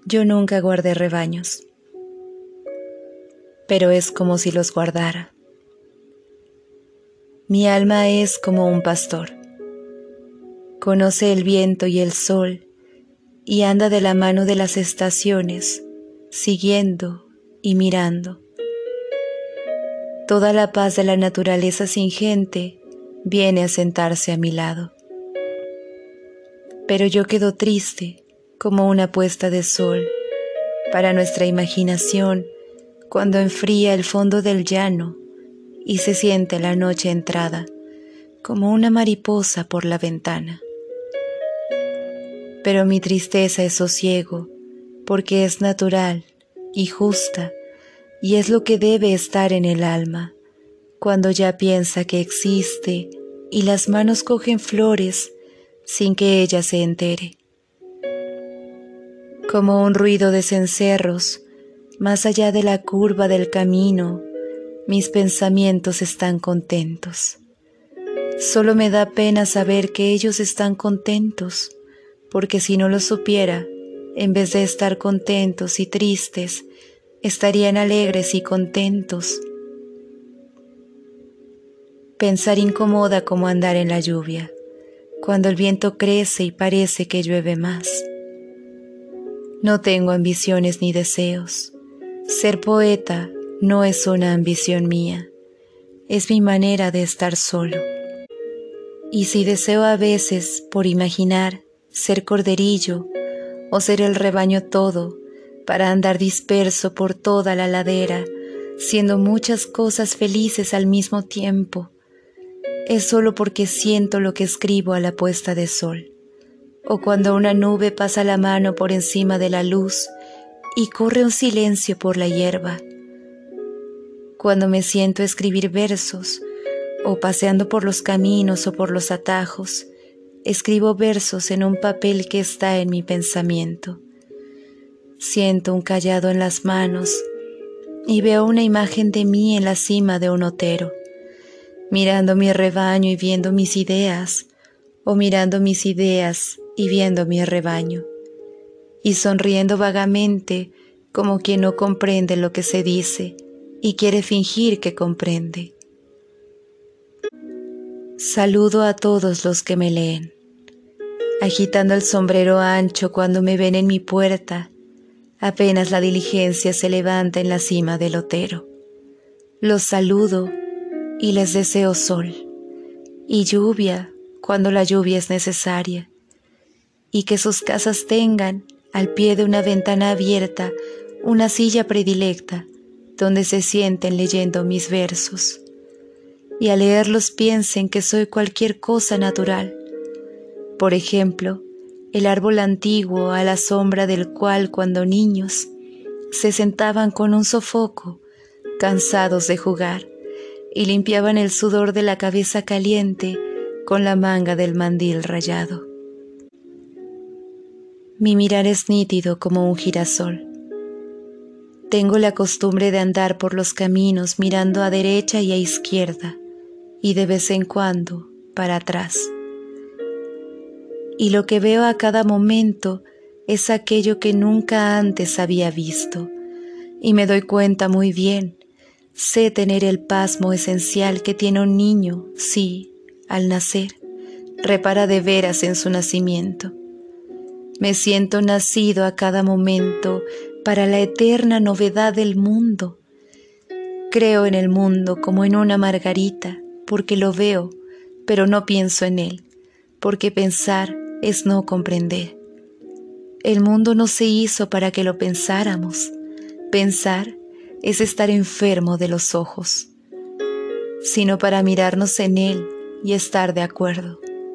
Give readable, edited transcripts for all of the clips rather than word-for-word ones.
Yo nunca guardé rebaños, pero es como si los guardara. Mi alma es como un pastor. Conoce el viento y el sol y anda de la mano de las estaciones, siguiendo y mirando. Toda la paz de la naturaleza sin gente viene a sentarse a mi lado. Pero yo quedo triste como una puesta de sol para nuestra imaginación cuando enfría el fondo del llano y se siente la noche entrada como una mariposa por la ventana. Pero mi tristeza es sosiego porque es natural y justa y es lo que debe estar en el alma cuando ya piensa que existe y las manos cogen flores sin que ella se entere. Como un ruido de cencerros, más allá de la curva del camino, mis pensamientos están contentos. Solo me da pena saber que ellos están contentos, porque si no lo supiera, en vez de estar contentos y tristes, estarían alegres y contentos. Pensar incomoda como andar en la lluvia, cuando el viento crece y parece que llueve más. No tengo ambiciones ni deseos. Ser poeta no es una ambición mía, es mi manera de estar solo. Y si deseo a veces, por imaginar, ser corderillo o ser el rebaño todo, para andar disperso por toda la ladera, siendo muchas cosas felices al mismo tiempo, es solo porque siento lo que escribo a la puesta de sol. O cuando una nube pasa la mano por encima de la luz y corre un silencio por la hierba. Cuando me siento a escribir versos, o paseando por los caminos o por los atajos, escribo versos en un papel que está en mi pensamiento. Siento un cayado en las manos y veo una imagen de mí en la cima de un otero, mirando mi rebaño y viendo mis ideas, o mirando mis ideas y viendo mi rebaño, y sonriendo vagamente como quien no comprende lo que se dice y quiere fingir que comprende. Saludo a todos los que me leen, agitando el sombrero ancho cuando me ven en mi puerta, apenas la diligencia se levanta en la cima del otero. Los saludo y les deseo sol y lluvia cuando la lluvia es necesaria, y que sus casas tengan, al pie de una ventana abierta, una silla predilecta donde se sienten leyendo mis versos, y al leerlos piensen que soy cualquier cosa natural. Por ejemplo, el árbol antiguo a la sombra del cual cuando niños se sentaban con un sofoco, cansados de jugar, y limpiaban el sudor de la cabeza caliente con la manga del mandil rayado. Mi mirar es nítido como un girasol. Tengo la costumbre de andar por los caminos mirando a derecha y a izquierda, y de vez en cuando para atrás. Y lo que veo a cada momento es aquello que nunca antes había visto, y me doy cuenta muy bien, sé tener el pasmo esencial que tiene un niño, si, al nacer, repara de veras en su nacimiento. Me siento nacido a cada momento para la eterna novedad del mundo. Creo en el mundo como en una margarita, porque lo veo, pero no pienso en él, porque pensar es no comprender. El mundo no se hizo para que lo pensáramos. Pensar es estar enfermo de los ojos, sino para mirarnos en él y estar de acuerdo.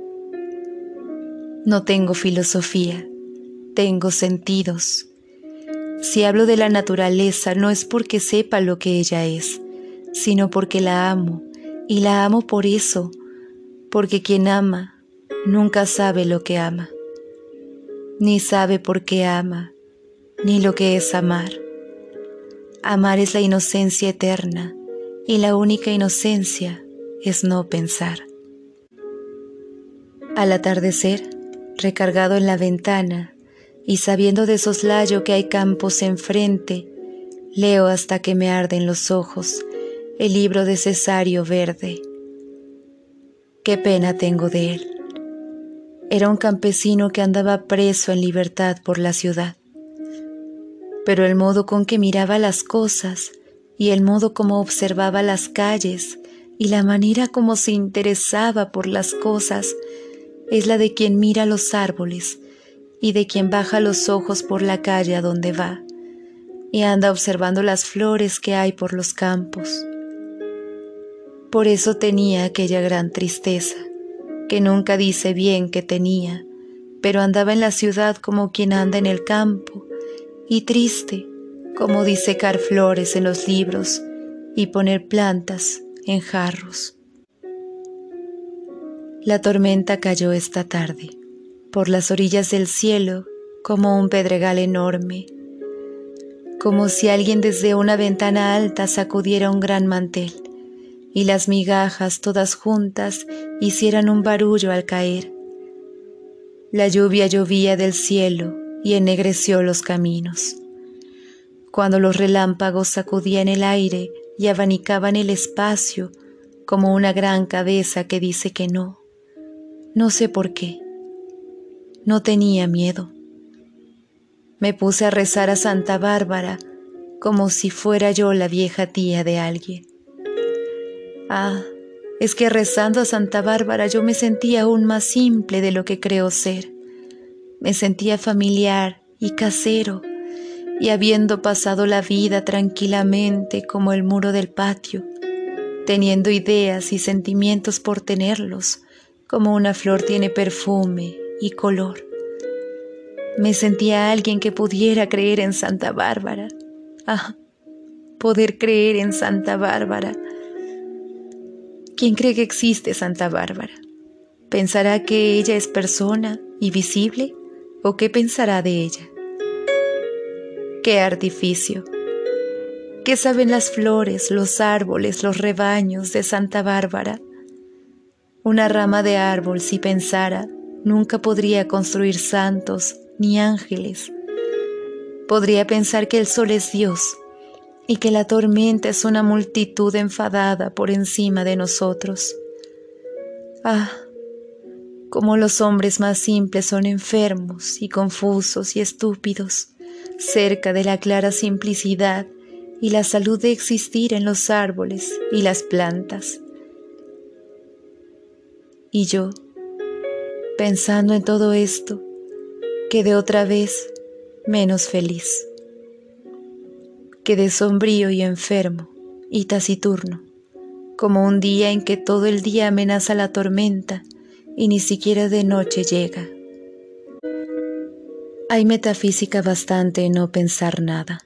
No tengo filosofía, tengo sentidos. Si hablo de la naturaleza no es porque sepa lo que ella es, sino porque la amo, y la amo por eso, porque quien ama nunca sabe lo que ama, ni sabe por qué ama, ni lo que es amar. Amar es la inocencia eterna, y la única inocencia es no pensar. Al atardecer, recargado en la ventana, y sabiendo de soslayo que hay campos enfrente, leo hasta que me arden los ojos el libro de Cesario verde. Qué pena tengo de él. Era un campesino que andaba preso en libertad por la ciudad. Pero el modo con que miraba las cosas y el modo como observaba las calles y la manera como se interesaba por las cosas es la de quien mira los árboles y de quien baja los ojos por la calle a donde va y anda observando las flores que hay por los campos. Por eso tenía aquella gran tristeza, que nunca dice bien que tenía, pero andaba en la ciudad como quien anda en el campo, y triste como disecar flores en los libros y poner plantas en jarros. La tormenta cayó esta tarde, por las orillas del cielo, como un pedregal enorme, como si alguien desde una ventana alta sacudiera un gran mantel, y las migajas todas juntas hicieran un barullo al caer. La lluvia llovía del cielo y ennegreció los caminos. Cuando los relámpagos sacudían el aire y abanicaban el espacio como una gran cabeza que dice que no. No sé por qué. No tenía miedo. Me puse a rezar a Santa Bárbara como si fuera yo la vieja tía de alguien. Ah, es que rezando a Santa Bárbara yo me sentía aún más simple de lo que creo ser. Me sentía familiar y casero, y habiendo pasado la vida tranquilamente como el muro del patio, teniendo ideas y sentimientos por tenerlos, como una flor tiene perfume y color. Me sentía alguien que pudiera creer en Santa Bárbara. Ah, poder creer en Santa Bárbara. ¿Quién cree que existe Santa Bárbara? ¿Pensará que ella es persona y visible? ¿O qué pensará de ella? ¡Qué artificio! ¿Qué saben las flores, los árboles, los rebaños de Santa Bárbara? Una rama de árbol, si pensara, nunca podría construir santos ni ángeles. Podría pensar que el sol es Dios y que la tormenta es una multitud enfadada por encima de nosotros. Ah, cómo los hombres más simples son enfermos y confusos y estúpidos, cerca de la clara simplicidad y la salud de existir en los árboles y las plantas. Y yo, pensando en todo esto, quedé otra vez menos feliz. Quedé sombrío y enfermo y taciturno, como un día en que todo el día amenaza la tormenta y ni siquiera de noche llega. Hay metafísica bastante en no pensar nada.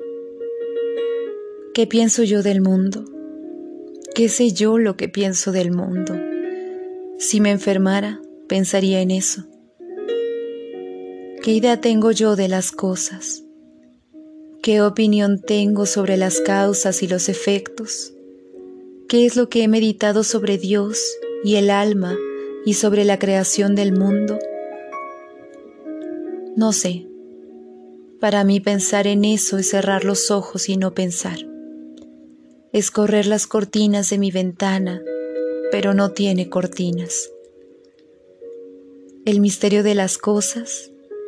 ¿Qué pienso yo del mundo? ¿Qué sé yo lo que pienso del mundo? Si me enfermara, pensaría en eso. ¿Qué idea tengo yo de las cosas? ¿Qué opinión tengo sobre las causas y los efectos? ¿Qué es lo que he meditado sobre Dios y el alma y sobre la creación del mundo? No sé. Para mí pensar en eso es cerrar los ojos y no pensar. Es correr las cortinas de mi ventana, pero no tiene cortinas. ¿El misterio de las cosas?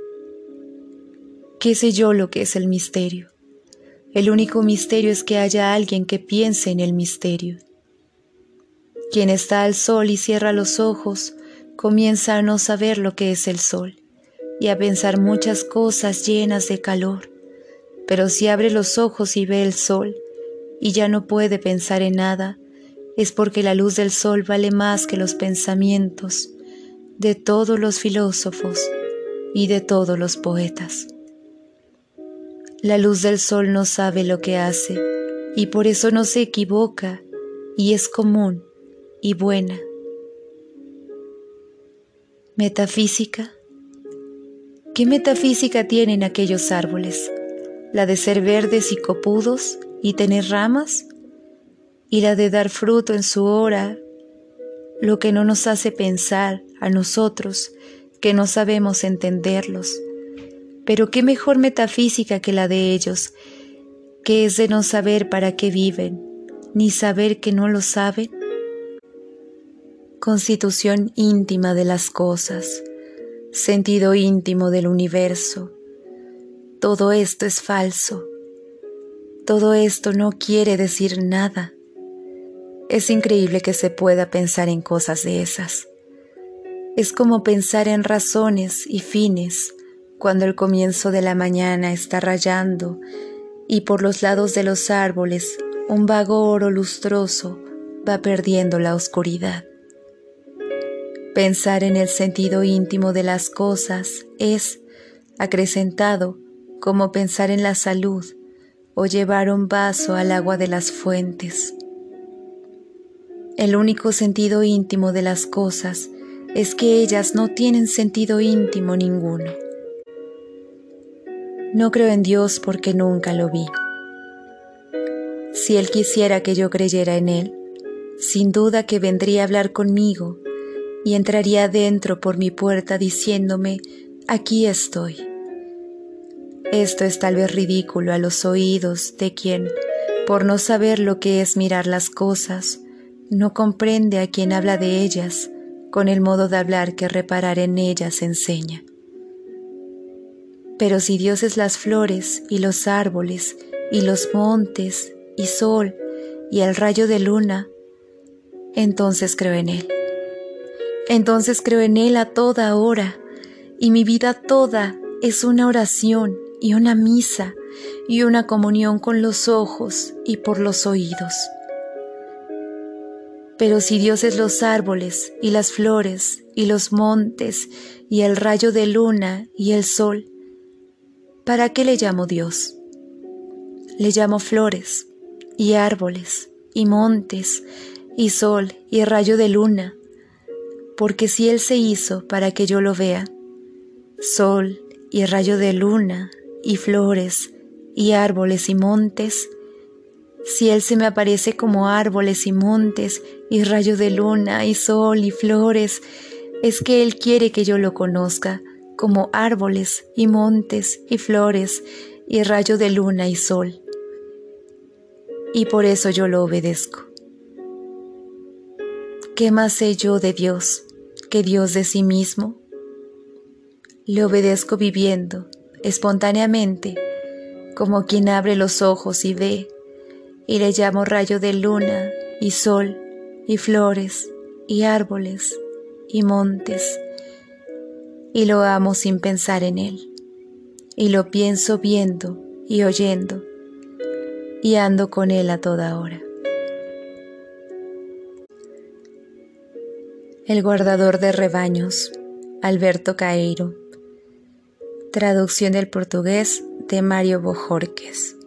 ¿Qué sé yo lo que es el misterio? El único misterio es que haya alguien que piense en el misterio. Quien está al sol y cierra los ojos, comienza a no saber lo que es el sol y a pensar muchas cosas llenas de calor, pero si abre los ojos y ve el sol y ya no puede pensar en nada, es porque la luz del sol vale más que los pensamientos de todos los filósofos y de todos los poetas. La luz del sol no sabe lo que hace y por eso no se equivoca y es común y buena. ¿Metafísica? ¿Qué metafísica tienen aquellos árboles? ¿La de ser verdes y copudos y tener ramas? ¿Y la de dar fruto en su hora? Lo que no nos hace pensar a nosotros, que no sabemos entenderlos. Pero qué mejor metafísica que la de ellos, que es de no saber para qué viven, ni saber que no lo saben. Constitución íntima de las cosas, sentido íntimo del universo. Todo esto es falso. Todo esto no quiere decir nada. Es increíble que se pueda pensar en cosas de esas. Es como pensar en razones y fines cuando el comienzo de la mañana está rayando y por los lados de los árboles un vago oro lustroso va perdiendo la oscuridad. Pensar en el sentido íntimo de las cosas es, acrecentado, como pensar en la salud o llevar un vaso al agua de las fuentes. El único sentido íntimo de las cosas es que ellas no tienen sentido íntimo ninguno. No creo en Dios porque nunca lo vi. Si Él quisiera que yo creyera en Él, sin duda que vendría a hablar conmigo y entraría adentro por mi puerta diciéndome, aquí estoy. Esto es tal vez ridículo a los oídos de quien, por no saber lo que es mirar las cosas, no comprende a quien habla de ellas con el modo de hablar que reparar en ellas enseña. Pero si Dios es las flores y los árboles y los montes y sol y el rayo de luna, entonces creo en Él. Entonces creo en Él a toda hora y mi vida toda es una oración y una misa y una comunión con los ojos y por los oídos. Pero si Dios es los árboles y las flores y los montes y el rayo de luna y el sol, ¿para qué le llamo Dios? Le llamo flores y árboles y montes y sol y rayo de luna, porque si Él se hizo para que yo lo vea, sol y rayo de luna y flores y árboles y montes, si Él se me aparece como árboles y montes y rayo de luna y sol y flores, es que Él quiere que yo lo conozca como árboles y montes y flores y rayo de luna y sol. Y por eso yo lo obedezco. ¿Qué más sé yo de Dios que Dios de sí mismo? Le obedezco viviendo, espontáneamente, como quien abre los ojos y ve, y le llamo rayo de luna y sol y flores y árboles y montes, y lo amo sin pensar en Él, y lo pienso viendo y oyendo, y ando con Él a toda hora. El guardador de rebaños, Alberto Caeiro. Traducción del portugués de Mario Bojorquez.